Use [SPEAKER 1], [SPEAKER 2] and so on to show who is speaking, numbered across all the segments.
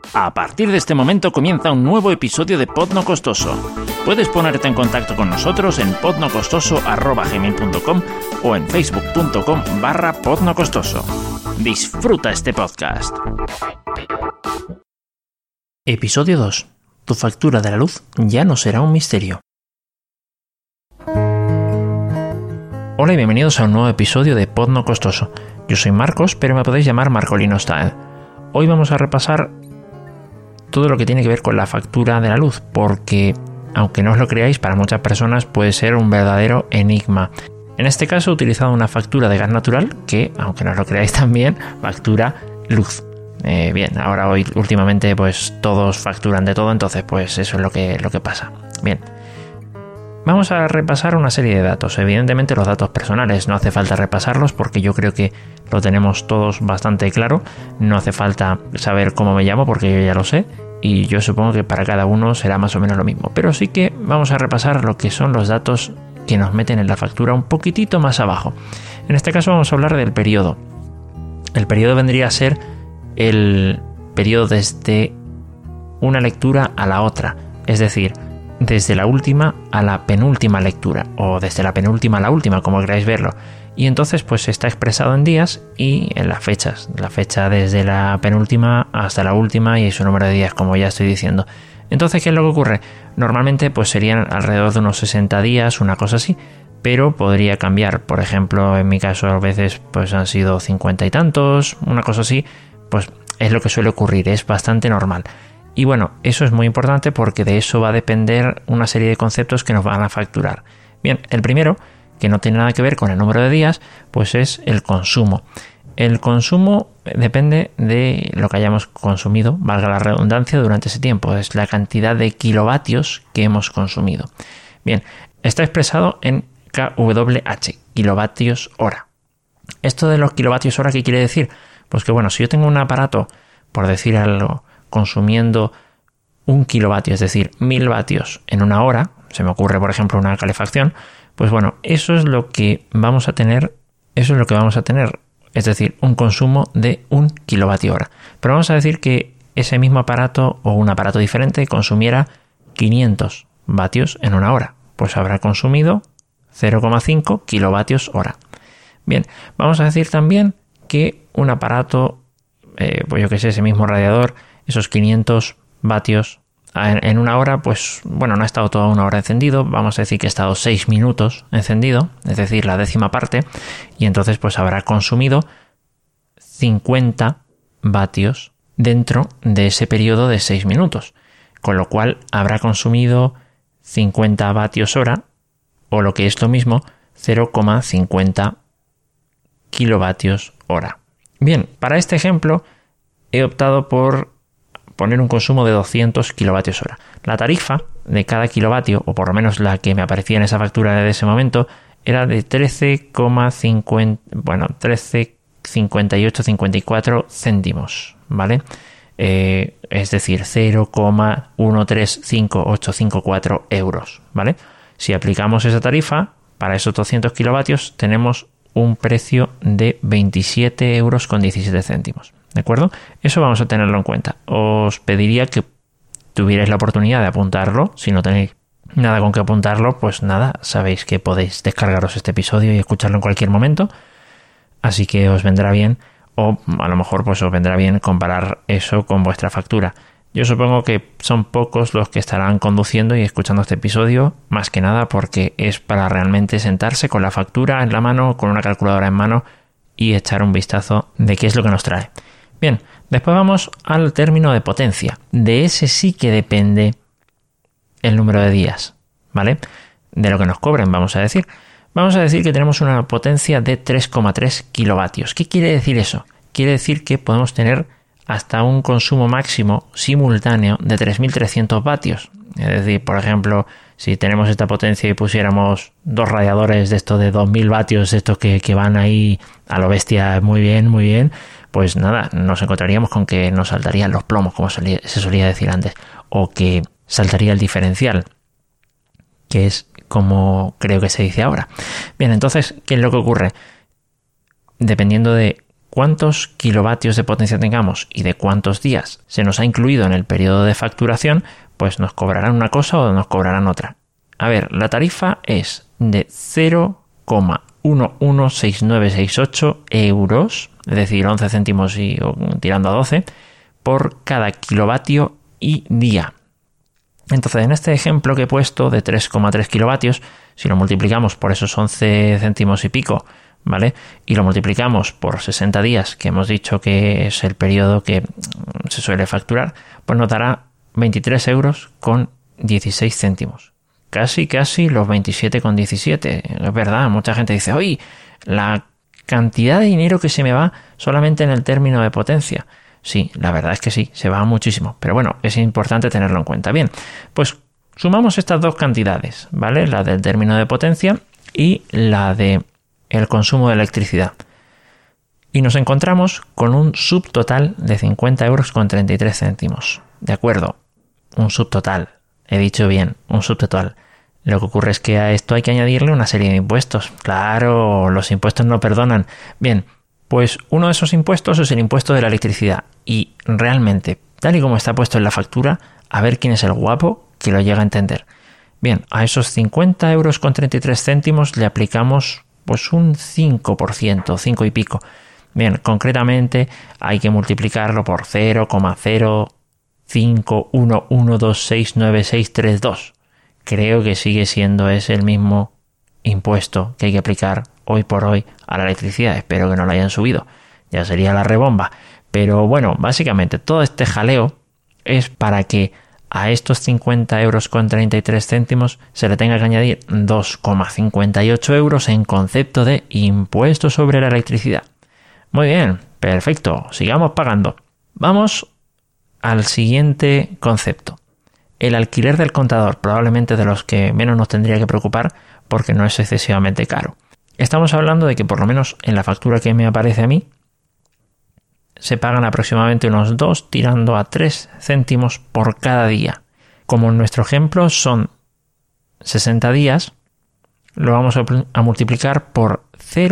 [SPEAKER 1] A partir de este momento comienza un nuevo episodio de Pod No Costoso. Puedes ponerte en contacto con nosotros en podnocostoso@gmail.com o en facebook.com/podnocostoso. Disfruta este podcast. Episodio 2. Tu factura de la luz ya no será un misterio. Hola y bienvenidos a un nuevo episodio de Pod No Costoso. Yo soy Marcos, pero me podéis llamar Marcolino Style. Hoy vamos a repasar todo lo que tiene que ver con la factura de la luz, porque, aunque no os lo creáis, para muchas personas puede ser un verdadero enigma. En este caso he utilizado una factura de gas natural que, aunque no os lo creáis también, factura luz. Bien, ahora hoy últimamente pues todos facturan de todo, entonces pues eso es lo que pasa. Bien. Vamos a repasar una serie de datos, evidentemente los datos personales, no hace falta repasarlos porque yo creo que lo tenemos todos bastante claro, no hace falta saber cómo me llamo porque yo ya lo sé y yo supongo que para cada uno será más o menos lo mismo, pero sí que vamos a repasar lo que son los datos que nos meten en la factura un poquitito más abajo. En este caso vamos a hablar del periodo. El periodo vendría a ser el periodo desde una lectura a la otra, es decir, desde la última a la penúltima lectura o desde la penúltima a la última, como queráis verlo. Y entonces pues está expresado en días y en las fechas. La fecha desde la penúltima hasta la última y su número de días, como ya estoy diciendo. Entonces, ¿qué es lo que ocurre? Normalmente pues serían alrededor de unos 60 días, una cosa así, pero podría cambiar. Por ejemplo, en mi caso a veces pues han sido 50 y tantos, una cosa así, pues es lo que suele ocurrir, es bastante normal. Y bueno, eso es muy importante porque de eso va a depender una serie de conceptos que nos van a facturar. Bien, el primero, que no tiene nada que ver con el número de días, pues es el consumo. El consumo depende de lo que hayamos consumido, valga la redundancia, durante ese tiempo. Es la cantidad de kilovatios que hemos consumido. Bien, está expresado en kWh, kilovatios hora. ¿Esto de los kilovatios hora qué quiere decir? Pues que bueno, si yo tengo un aparato, por decir algo, consumiendo 1 kilovatio, es decir, 1000 vatios en una hora, se me ocurre por ejemplo una calefacción, pues bueno, eso es lo que vamos a tener, es decir, un consumo de 1 kilovatio hora. Pero vamos a decir que ese mismo aparato o un aparato diferente consumiera 500 vatios en una hora, pues habrá consumido 0,5 kilovatios hora. Bien, vamos a decir también que un aparato, pues yo que sé, ese mismo radiador, esos 500 vatios en una hora, pues bueno, no ha estado toda una hora encendido, vamos a decir que ha estado 6 minutos encendido, es decir, la décima parte, y entonces pues habrá consumido 50 vatios dentro de ese periodo de 6 minutos, con lo cual habrá consumido 50 vatios hora, o lo que es lo mismo, 0,50 kilovatios hora. Bien, para este ejemplo he optado por poner un consumo de 200 kilovatios hora. La tarifa de cada kilovatio, o por lo menos la que me aparecía en esa factura de ese momento, era de 13,5854 céntimos, ¿vale? Es decir, 0,135854 euros, ¿vale? Si aplicamos esa tarifa, para esos 200 kilovatios tenemos un precio de 27,17 euros. ¿De acuerdo? Eso vamos a tenerlo en cuenta. Os pediría que tuvierais la oportunidad de apuntarlo. Si no tenéis nada con que apuntarlo, pues nada, sabéis que podéis descargaros este episodio y escucharlo en cualquier momento. Así que os vendrá bien, o a lo mejor pues os vendrá bien comparar eso con vuestra factura. Yo supongo que son pocos los que estarán conduciendo y escuchando este episodio, más que nada porque es para realmente sentarse con la factura en la mano, con una calculadora en mano y echar un vistazo de qué es lo que nos trae. Bien, después vamos al término de potencia. De ese sí que depende el número de días, ¿vale? De lo que nos cobren, vamos a decir. Vamos a decir que tenemos una potencia de 3,3 kilovatios. ¿Qué quiere decir eso? Quiere decir que podemos tener hasta un consumo máximo simultáneo de 3.300 vatios. Es decir, por ejemplo, si tenemos esta potencia y pusiéramos 2 radiadores de estos de 2.000 vatios, estos que van ahí a lo bestia muy bien, pues nada, nos encontraríamos con que nos saltarían los plomos, como se solía decir antes, o que saltaría el diferencial, que es como creo que se dice ahora. Bien, entonces, ¿qué es lo que ocurre? Dependiendo de cuántos kilovatios de potencia tengamos y de cuántos días se nos ha incluido en el periodo de facturación, pues nos cobrarán una cosa o nos cobrarán otra. A ver, la tarifa es de 0,116968 euros, es decir, 11 céntimos y tirando a 12, por cada kilovatio y día. Entonces, en este ejemplo que he puesto de 3,3 kilovatios, si lo multiplicamos por esos 11 céntimos y pico, ¿vale? Y lo multiplicamos por 60 días, que hemos dicho que es el periodo que se suele facturar, pues nos dará 23 euros con 16 céntimos. Casi los 27,17. Es verdad, mucha gente dice, oye, la cantidad de dinero que se me va solamente en el término de potencia. Sí, la verdad es que sí, se va muchísimo. Pero bueno, es importante tenerlo en cuenta. Bien, pues sumamos estas dos cantidades, ¿vale? La del término de potencia y la de el consumo de electricidad. Y nos encontramos con un subtotal de 50 euros con 33 céntimos. De acuerdo, un subtotal. He dicho bien, un subtotal. Lo que ocurre es que a esto hay que añadirle una serie de impuestos. Claro, los impuestos no perdonan. Bien, pues uno de esos impuestos es el impuesto de la electricidad. Y realmente, tal y como está puesto en la factura, a ver quién es el guapo que lo llega a entender. Bien, a esos 50 euros con 33 céntimos le aplicamos pues un 5%, 5 y pico. Bien, concretamente hay que multiplicarlo por 0,0511269632. Creo que sigue siendo ese el mismo impuesto que hay que aplicar hoy por hoy a la electricidad. Espero que no lo hayan subido. Ya sería la rebomba. Pero bueno, básicamente todo este jaleo es para que a estos 50 euros con 33 céntimos se le tenga que añadir 2,58 euros en concepto de impuesto sobre la electricidad. Muy bien, perfecto, sigamos pagando. Vamos al siguiente concepto. El alquiler del contador, probablemente de los que menos nos tendría que preocupar porque no es excesivamente caro. Estamos hablando de que por lo menos en la factura que me aparece a mí se pagan aproximadamente unos 2 tirando a 3 céntimos por cada día. Como en nuestro ejemplo son 60 días, lo vamos a multiplicar por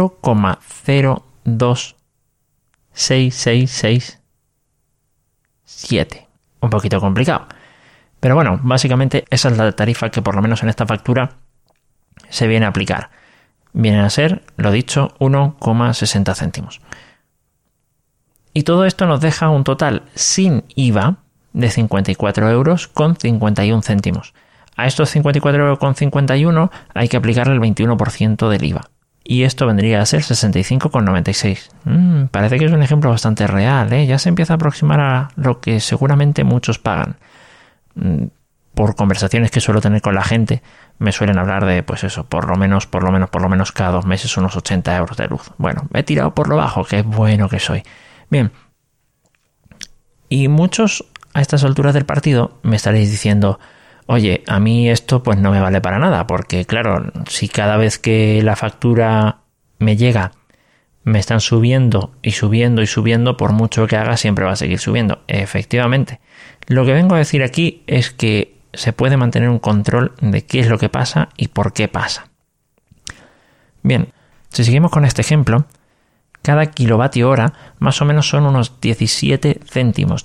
[SPEAKER 1] 0,026667. Un poquito complicado. Pero bueno, básicamente esa es la tarifa que por lo menos en esta factura se viene a aplicar. Vienen a ser, lo dicho, 1,60 céntimos. Y todo esto nos deja un total sin IVA de 54 euros con 51 céntimos. A estos 54 euros con 51 hay que aplicarle el 21% del IVA. Y esto vendría a ser 65,96. Parece que es un ejemplo bastante real, ¿eh? Ya se empieza a aproximar a lo que seguramente muchos pagan. Por conversaciones que suelo tener con la gente, me suelen hablar de, pues eso, por lo menos cada 2 meses unos 80 euros de luz. Bueno, me he tirado por lo bajo, qué bueno que soy. Bien, y muchos a estas alturas del partido me estaréis diciendo, oye, a mí esto pues no me vale para nada, porque claro, si cada vez que la factura me llega me están subiendo y subiendo y subiendo, por mucho que haga siempre va a seguir subiendo. Efectivamente, lo que vengo a decir aquí es que se puede mantener un control de qué es lo que pasa y por qué pasa. Bien, si seguimos con este ejemplo, cada kilovatio hora más o menos son unos 17 céntimos,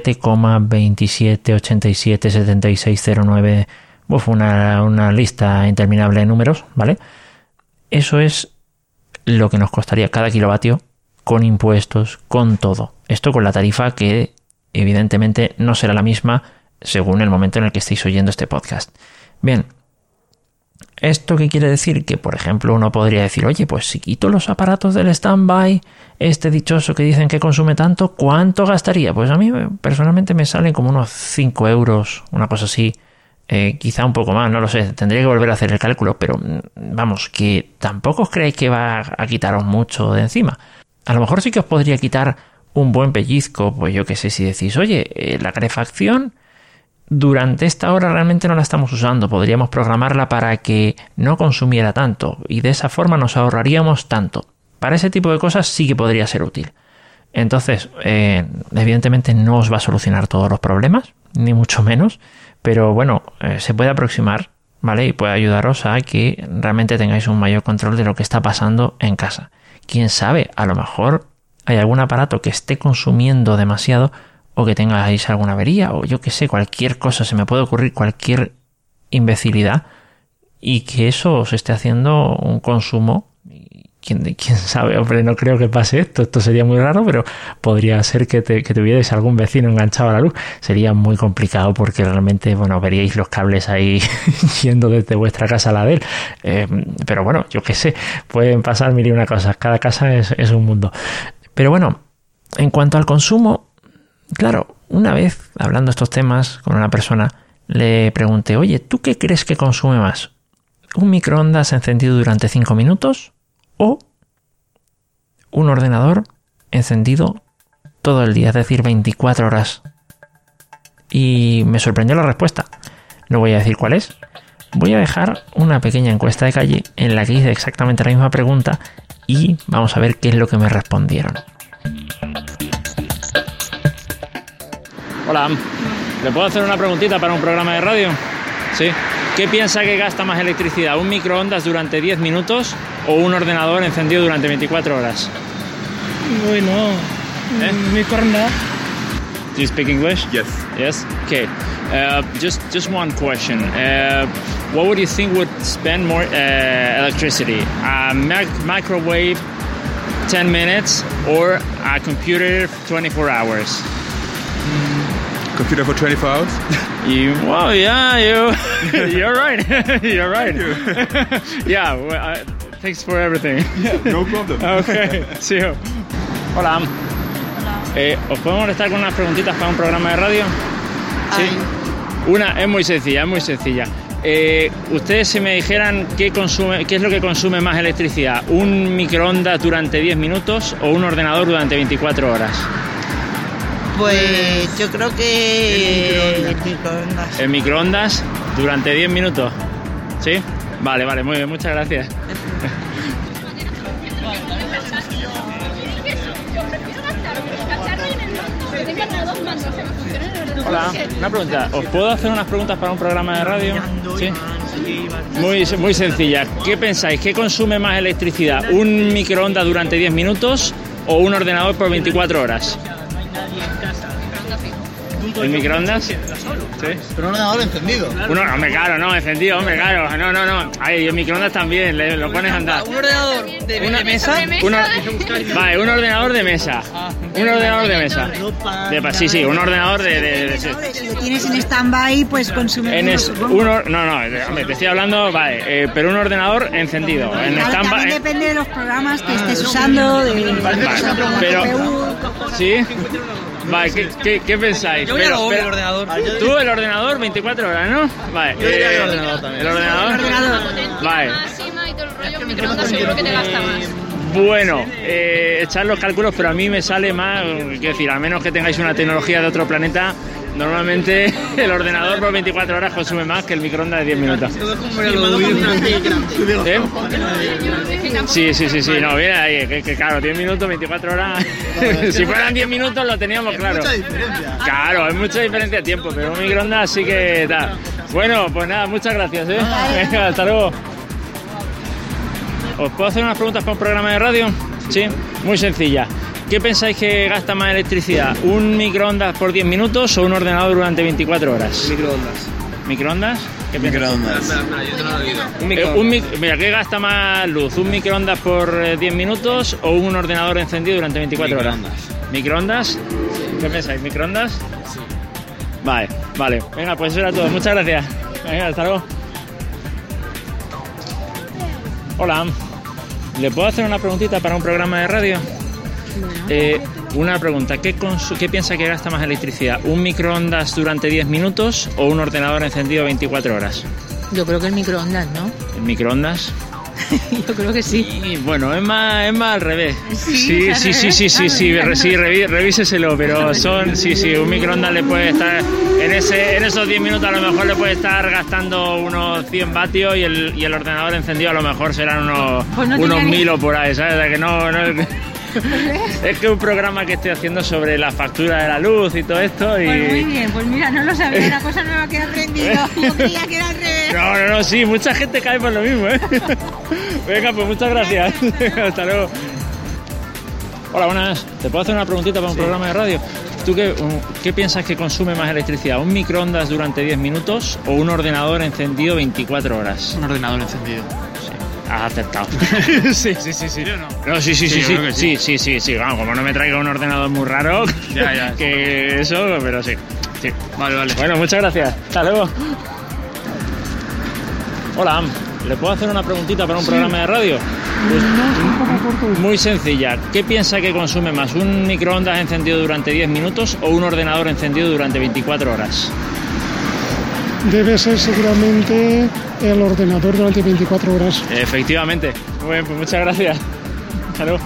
[SPEAKER 1] 17,27877609, una lista interminable de números, ¿vale? Eso es lo que nos costaría cada kilovatio con impuestos, con todo. Esto con la tarifa que evidentemente no será la misma según el momento en el que estéis oyendo este podcast. Bien, ¿esto qué quiere decir? Que, por ejemplo, uno podría decir, oye, pues si quito los aparatos del stand-by, este dichoso que dicen que consume tanto, ¿cuánto gastaría? Pues a mí personalmente me salen como unos 5 euros, una cosa así, quizá un poco más, no lo sé, tendría que volver a hacer el cálculo, pero vamos, que tampoco os creéis que va a quitaros mucho de encima. A lo mejor sí que os podría quitar un buen pellizco, pues yo qué sé, si decís, oye, la calefacción durante esta hora realmente no la estamos usando, podríamos programarla para que no consumiera tanto y de esa forma nos ahorraríamos tanto. Para ese tipo de cosas sí que podría ser útil. Entonces, evidentemente no os va a solucionar todos los problemas, ni mucho menos, pero bueno, se puede aproximar, ¿vale? Y puede ayudaros a que realmente tengáis un mayor control de lo que está pasando en casa. Quién sabe, a lo mejor hay algún aparato que esté consumiendo demasiado o que tengáis alguna avería o yo qué sé, cualquier cosa, se me puede ocurrir cualquier imbecilidad y que eso os esté haciendo un consumo. ¿Quién sabe? Hombre, no creo que pase esto sería muy raro, pero podría ser que tuvierais algún vecino enganchado a la luz. Sería muy complicado porque realmente, bueno, veríais los cables ahí yendo desde vuestra casa a la de él. Pero bueno, yo qué sé, pueden pasar mil y una cosas, cada casa es un mundo. Pero bueno, en cuanto al consumo, claro, una vez hablando estos temas con una persona, le pregunté, oye, ¿tú qué crees que consume más? ¿Un microondas encendido durante 5 minutos? ¿O un ordenador encendido todo el día, es decir, 24 horas? Y me sorprendió la respuesta. No voy a decir cuál es. Voy a dejar una pequeña encuesta de calle en la que hice exactamente la misma pregunta y vamos a ver qué es lo que me respondieron. Hola, ¿le puedo hacer una preguntita para un programa de radio? Sí. ¿Qué piensa que gasta más electricidad? ¿Un microondas durante 10 minutos o un ordenador encendido durante 24 horas?
[SPEAKER 2] Bueno, microondas.
[SPEAKER 1] Do you speak English?
[SPEAKER 3] Yes.
[SPEAKER 1] Yes? Okay. Just one question. What would you think would spend more electricity? A microwave 10 minutes or a computer 24 hours?
[SPEAKER 3] Computer for 24 hours?
[SPEAKER 1] Well, yeah, you're right. You're right. Yeah, well, thanks for everything.
[SPEAKER 3] Yeah, no problem.
[SPEAKER 1] Okay, see you. Hola. Hola. ¿Os puedo molestar con unas preguntitas para un programa de radio? Sí. Una es muy sencilla, ustedes si me dijeran qué es lo que consume más electricidad, ¿un microondas durante 10 minutos o un ordenador durante 24 horas?
[SPEAKER 4] Pues yo creo que el microondas.
[SPEAKER 1] ¿El microondas durante 10 minutos? ¿Sí? Vale, muy bien, muchas gracias. Hola, una pregunta. ¿Os puedo hacer unas preguntas para un programa de radio? Sí. Muy sencilla. ¿Qué pensáis? ¿Qué consume más electricidad? ¿Un microondas durante 10 minutos o un ordenador por 24 horas? ¿El microondas? Sí.
[SPEAKER 2] Pero un ordenador encendido.
[SPEAKER 1] Encendido, hombre, claro. No. Ay, el microondas también, lo pones a andar.
[SPEAKER 2] ¿Un ordenador de mesa?
[SPEAKER 1] Vale, un ordenador de mesa. Un ordenador de mesa. Sí, un ordenador de
[SPEAKER 5] Si lo tienes en stand-by, pues consume menos.
[SPEAKER 1] Hombre, te estoy hablando, vale, pero un ordenador encendido. En stand-by.
[SPEAKER 5] También depende de los programas que estés usando.
[SPEAKER 1] Pero, ¿sí? Vale, ¿qué pensáis?
[SPEAKER 2] Yo voy a el ordenador.
[SPEAKER 1] Tú el ordenador 24 horas, ¿no? Vale.
[SPEAKER 2] Yo diría el ordenador también.
[SPEAKER 1] ¿El ordenador?
[SPEAKER 5] Vale.
[SPEAKER 6] Máxima y todo el rollo, microondas seguro que te gasta más.
[SPEAKER 1] Bueno, echar los cálculos, pero a mí me sale más, quiero decir, a menos que tengáis una tecnología de otro planeta, normalmente el ordenador por 24 horas consume más que el microondas de 10 minutos. ¿Eh? Sí, no, viene ahí, que claro, 10 minutos, 24 horas, si fueran 10 minutos lo teníamos claro.
[SPEAKER 2] Hay mucha diferencia.
[SPEAKER 1] Claro, hay mucha diferencia de tiempo, pero un microondas sí que tal. Bueno, pues nada, muchas gracias, Venga, hasta luego. ¿Os puedo hacer unas preguntas para un programa de radio? Sí, muy sencilla. ¿Qué pensáis que gasta más electricidad? ¿Un microondas por 10 minutos o un ordenador durante 24 horas?
[SPEAKER 2] Microondas.
[SPEAKER 1] ¿Microondas? ¿Qué
[SPEAKER 3] Microondas.
[SPEAKER 2] Yo te lo digo.
[SPEAKER 1] Mira, ¿qué gasta más luz? ¿Un microondas por 10 minutos o un ordenador encendido durante 24 horas? ¿Microondas? ¿Qué pensáis? ¿Microondas? Sí. Vale. Venga, pues eso era todo. Muchas gracias. Venga, hasta luego. Hola. ¿Le puedo hacer una preguntita para un programa de radio? Una pregunta. ¿Qué piensa que gasta más electricidad? ¿Un microondas durante 10 minutos o un ordenador encendido 24 horas?
[SPEAKER 7] Yo creo que el microondas, ¿no?
[SPEAKER 1] ¿El microondas?
[SPEAKER 7] Yo creo que sí.
[SPEAKER 1] Y, bueno, es más al revés. Sí, revíseselo, pero un microondas le puede estar en esos 10 minutos, a lo mejor le puede estar gastando unos 100 vatios y el ordenador encendido a lo mejor serán unos 1000 o por ahí, ¿sabes? O sea, que no es que un programa que estoy haciendo sobre la factura de la luz y todo esto y...
[SPEAKER 5] Pues muy bien, pues mira, no lo sabía, una cosa nueva que he aprendido. Yo creía que era al revés.
[SPEAKER 1] No, sí, mucha gente cae por lo mismo, ¿eh? Venga, pues muchas gracias. Hasta luego. Hola, buenas. ¿Te puedo hacer una preguntita para un programa de radio? ¿Tú qué piensas que consume más electricidad? ¿Un microondas durante 10 minutos o un ordenador encendido 24 horas?
[SPEAKER 2] Un ordenador encendido.
[SPEAKER 1] Has acertado.
[SPEAKER 2] Sí.
[SPEAKER 1] ¿Yo no? No, sí. Vamos, como no me traiga un ordenador muy raro,
[SPEAKER 2] Ya.
[SPEAKER 1] que eso, pero sí.
[SPEAKER 2] Vale.
[SPEAKER 1] Bueno, muchas gracias. Hasta luego. Hola, ¿le puedo hacer una preguntita para un programa de radio? Pues, muy sencilla. ¿Qué piensa que consume más? ¿Un microondas encendido durante 10 minutos o un ordenador encendido durante 24 horas?
[SPEAKER 8] Debe ser seguramente el ordenador durante 24 horas.
[SPEAKER 1] Efectivamente. Bueno, pues muchas gracias. Hasta luego.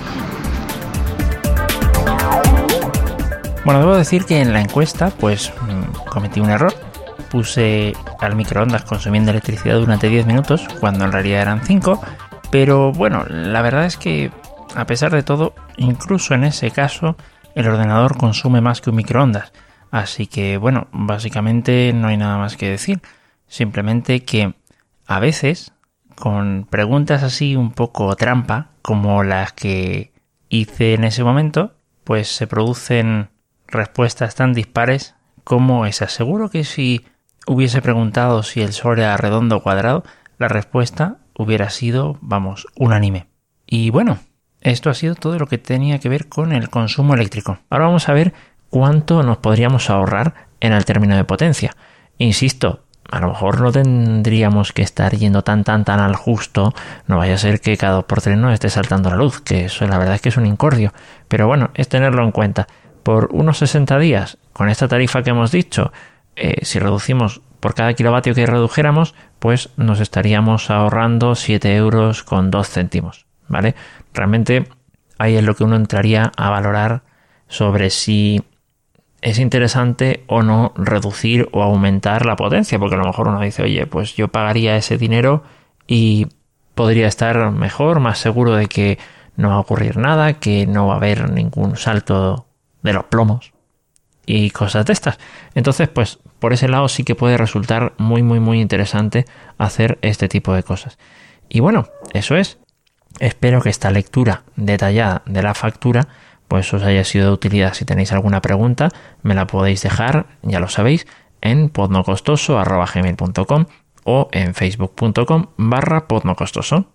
[SPEAKER 1] Bueno, debo decir que en la encuesta pues cometí un error. Puse al microondas consumiendo electricidad durante 10 minutos cuando en realidad eran 5. Pero bueno, la verdad es que a pesar de todo, incluso en ese caso, el ordenador consume más que un microondas. Así que bueno, básicamente no hay nada más que decir. Simplemente que a veces, con preguntas así un poco trampa, como las que hice en ese momento, pues se producen respuestas tan dispares como esas. Seguro que si hubiese preguntado si el Sol era redondo o cuadrado, la respuesta hubiera sido, unánime. Y bueno, esto ha sido todo lo que tenía que ver con el consumo eléctrico. Ahora vamos a ver cuánto nos podríamos ahorrar en el término de potencia. Insisto, a lo mejor no tendríamos que estar yendo tan al justo, no vaya a ser que cada 2x3 nos esté saltando la luz, que eso la verdad es que es un incordio. Pero bueno, es tenerlo en cuenta. Por unos 60 días, con esta tarifa que hemos dicho, si reducimos por cada kilovatio que redujéramos, pues nos estaríamos ahorrando 7,02 €, ¿vale? Realmente ahí es lo que uno entraría a valorar sobre si es interesante o no reducir o aumentar la potencia, porque a lo mejor uno dice, oye, pues yo pagaría ese dinero y podría estar mejor, más seguro de que no va a ocurrir nada, que no va a haber ningún salto de los plomos y cosas de estas. Entonces, pues por ese lado sí que puede resultar muy interesante hacer este tipo de cosas. Y bueno, eso es. Espero que esta lectura detallada de la factura pues os haya sido de utilidad. Si tenéis alguna pregunta, me la podéis dejar, ya lo sabéis, en podnocostoso@gmail.com o en facebook.com/podnocostoso.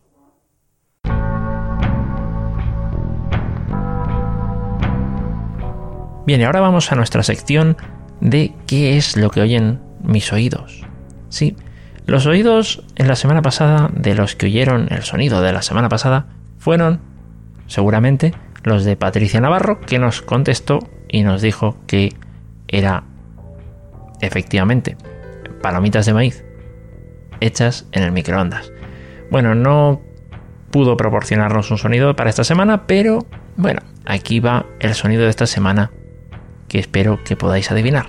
[SPEAKER 1] Bien, y ahora vamos a nuestra sección de qué es lo que oyen mis oídos. Sí, los oídos en la semana pasada de los que oyeron el sonido de la semana pasada fueron, seguramente, los de Patricia Navarro, que nos contestó y nos dijo que era, efectivamente, palomitas de maíz hechas en el microondas. Bueno, no pudo proporcionarnos un sonido para esta semana, pero bueno, aquí va el sonido de esta semana que espero que podáis adivinar.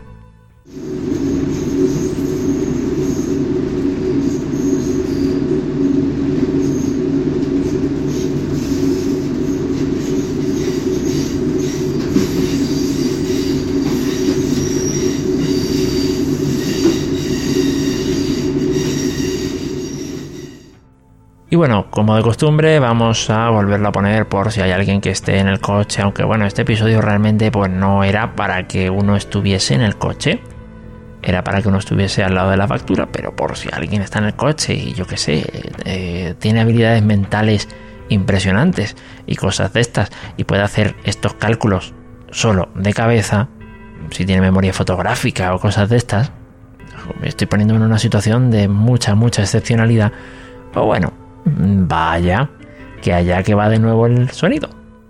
[SPEAKER 1] Y bueno, como de costumbre, vamos a volverlo a poner por si hay alguien que esté en el coche, aunque bueno, este episodio realmente pues no era para que uno estuviese en el coche, era para que uno estuviese al lado de la factura, pero por si alguien está en el coche y yo qué sé, tiene habilidades mentales impresionantes y cosas de estas, y puede hacer estos cálculos solo de cabeza, si tiene memoria fotográfica o cosas de estas, me estoy poniéndome en una situación de mucha excepcionalidad, pues bueno, vaya, que allá que va de nuevo el sonido.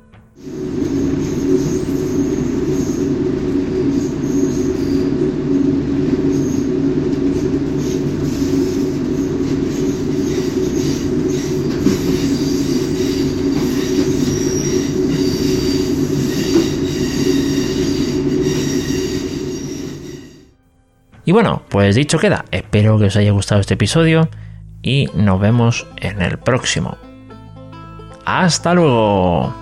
[SPEAKER 1] Y bueno, pues dicho queda, espero que os haya gustado este episodio y nos vemos en el próximo. ¡Hasta luego!